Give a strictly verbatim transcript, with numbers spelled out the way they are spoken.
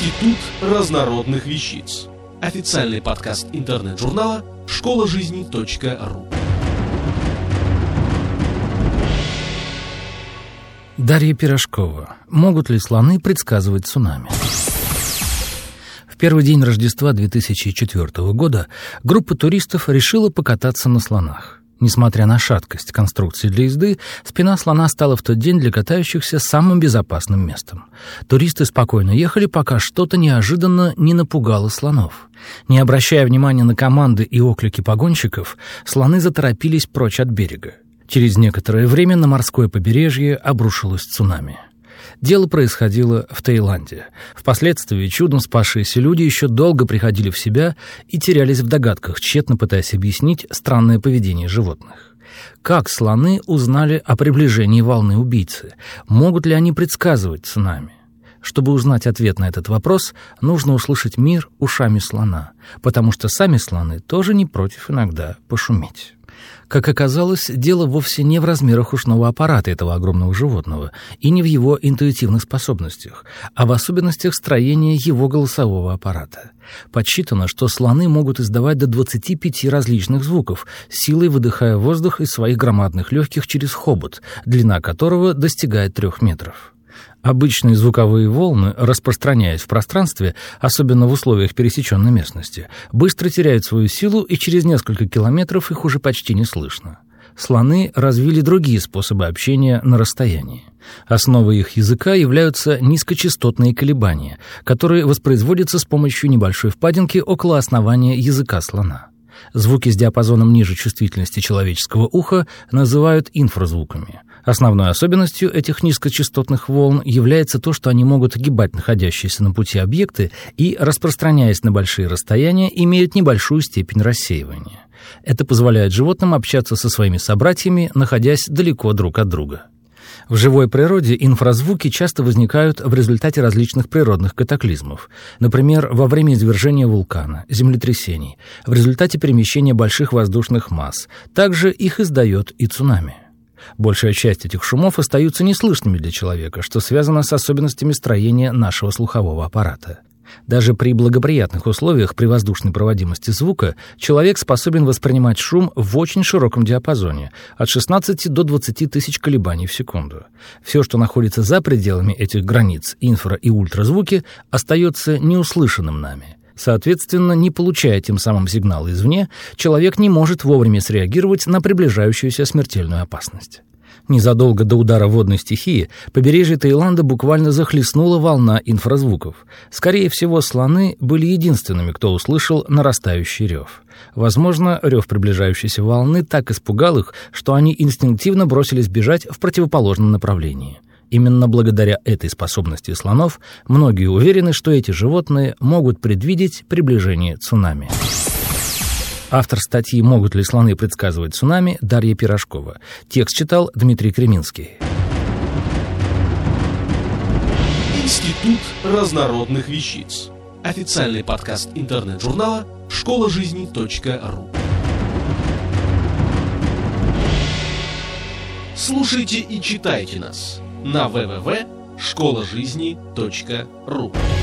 Институт разнородных вещиц. Официальный подкаст интернет-журнала школа жизни точка ру. Дарья Пирожкова. Могут ли слоны предсказывать цунами? В первый день Рождества две тысячи четвёртого года группа туристов решила покататься на слонах. Несмотря на шаткость конструкции для езды, спина слона стала в тот день для катающихся самым безопасным местом. Туристы спокойно ехали, пока что-то неожиданно не напугало слонов. Не обращая внимания на команды и оклики погонщиков, слоны заторопились прочь от берега. Через некоторое время на морское побережье обрушилось цунами. Дело происходило в Таиланде. Впоследствии чудом спасшиеся люди еще долго приходили в себя и терялись в догадках, тщетно пытаясь объяснить странное поведение животных. Как слоны узнали о приближении волны убийцы? Могут ли они предсказывать цунами? Чтобы узнать ответ на этот вопрос, нужно услышать мир ушами слона, потому что сами слоны тоже не против иногда пошуметь. Как оказалось, дело вовсе не в размерах ушного аппарата этого огромного животного и не в его интуитивных способностях, а в особенностях строения его голосового аппарата. Подсчитано, что слоны могут издавать до двадцати пяти различных звуков, силой выдыхая воздух из своих громадных легких через хобот, длина которого достигает трех метров. Обычные звуковые волны, распространяясь в пространстве, особенно в условиях пересеченной местности, быстро теряют свою силу, и через несколько километров их уже почти не слышно. Слоны развили другие способы общения на расстоянии. Основой их языка являются низкочастотные колебания, которые воспроизводятся с помощью небольшой впадинки около основания языка слона. Звуки с диапазоном ниже чувствительности человеческого уха называют инфразвуками. Основной особенностью этих низкочастотных волн является то, что они могут огибать находящиеся на пути объекты и, распространяясь на большие расстояния, имеют небольшую степень рассеивания. Это позволяет животным общаться со своими собратьями, находясь далеко друг от друга. В живой природе инфразвуки часто возникают в результате различных природных катаклизмов, например, во время извержения вулкана, землетрясений, в результате перемещения больших воздушных масс. Также их издает и цунами. Большая часть этих шумов остаются неслышными для человека, что связано с особенностями строения нашего слухового аппарата. Даже при благоприятных условиях при воздушной проводимости звука человек способен воспринимать шум в очень широком диапазоне, от шестнадцати до двадцати тысяч колебаний в секунду. Все, что находится за пределами этих границ, инфра- и ультразвуки, остается неуслышанным нами. Соответственно, не получая тем самым сигналы извне, человек не может вовремя среагировать на приближающуюся смертельную опасность. Незадолго до удара водной стихии побережье Таиланда буквально захлестнула волна инфразвуков. Скорее всего, слоны были единственными, кто услышал нарастающий рев. Возможно, рев приближающейся волны так испугал их, что они инстинктивно бросились бежать в противоположном направлении. Именно благодаря этой способности слонов многие уверены, что эти животные могут предвидеть приближение цунами. Автор статьи «Могут ли слоны предсказывать цунами» Дарья Пирожкова. Текст читал Дмитрий Креминский. Институт разнородных вещиц. Официальный подкаст интернет-журнала школа жизни точка ру. Слушайте и читайте нас на дабл ю дабл ю дабл ю точка школа жизни точка ру.